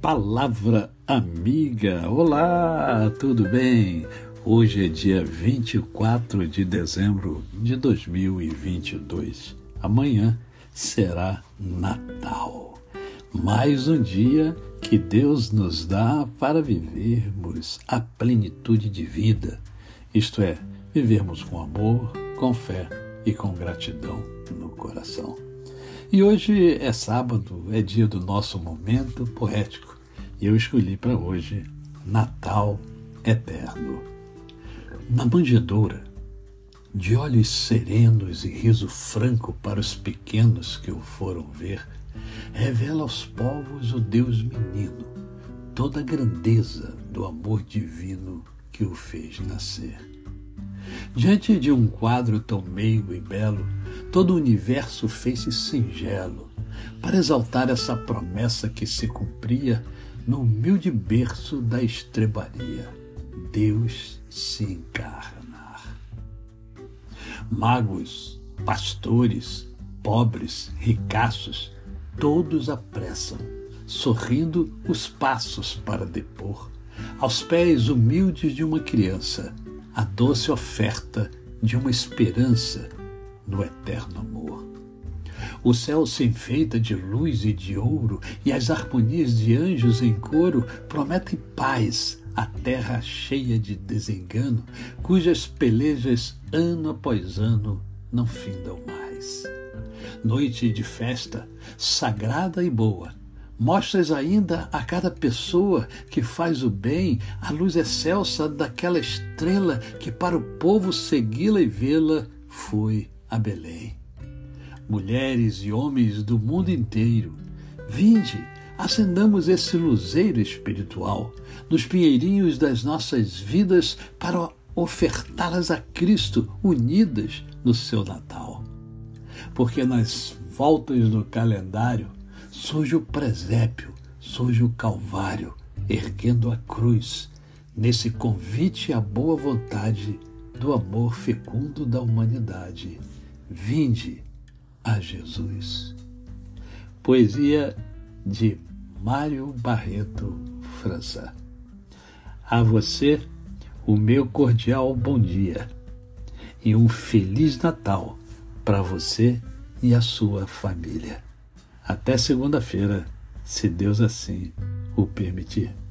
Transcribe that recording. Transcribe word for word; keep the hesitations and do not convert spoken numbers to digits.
Palavra amiga. Olá, tudo bem? Hoje é dia vinte e quatro de dezembro de dois mil e vinte e dois. Amanhã será Natal. Mais um dia que Deus nos dá para vivermos a plenitude de vida. Isto é, vivermos com amor, com fé e com gratidão no coração. E hoje é sábado, é dia do nosso momento poético. E eu escolhi para hoje Natal Eterno. Na manjedoura, de olhos serenos e riso franco para os pequenos que o foram ver, revela aos povos o Deus menino, toda a grandeza do amor divino que o fez nascer. Diante de um quadro tão meigo e belo, todo o universo fez-se singelo, para exaltar essa promessa que se cumpria no humilde berço da estrebaria, Deus se encarnar. Magos, pastores, pobres, ricaços, todos apressam, sorrindo os passos para depor, aos pés humildes de uma criança, a doce oferta de uma esperança no eterno amor. O céu se enfeita de luz e de ouro, e as harmonias de anjos em coro prometem paz à terra cheia de desengano, cujas pelejas, ano após ano, não findam mais. Noite de festa, sagrada e boa, mostras ainda a cada pessoa que faz o bem a luz excelsa daquela estrela que para o povo segui-la e vê-la foi a Belém. Mulheres e homens do mundo inteiro, vinde, acendamos esse luzeiro espiritual nos pinheirinhos das nossas vidas para ofertá-las a Cristo unidas no seu Natal. Porque nas voltas do calendário surge o presépio, surge o Calvário, erguendo a cruz, nesse convite à boa vontade do amor fecundo da humanidade. Vinde a Jesus. Poesia de Mário Barreto França. A você, o meu cordial bom dia e um Feliz Natal para você e a sua família. Até segunda-feira, se Deus assim o permitir.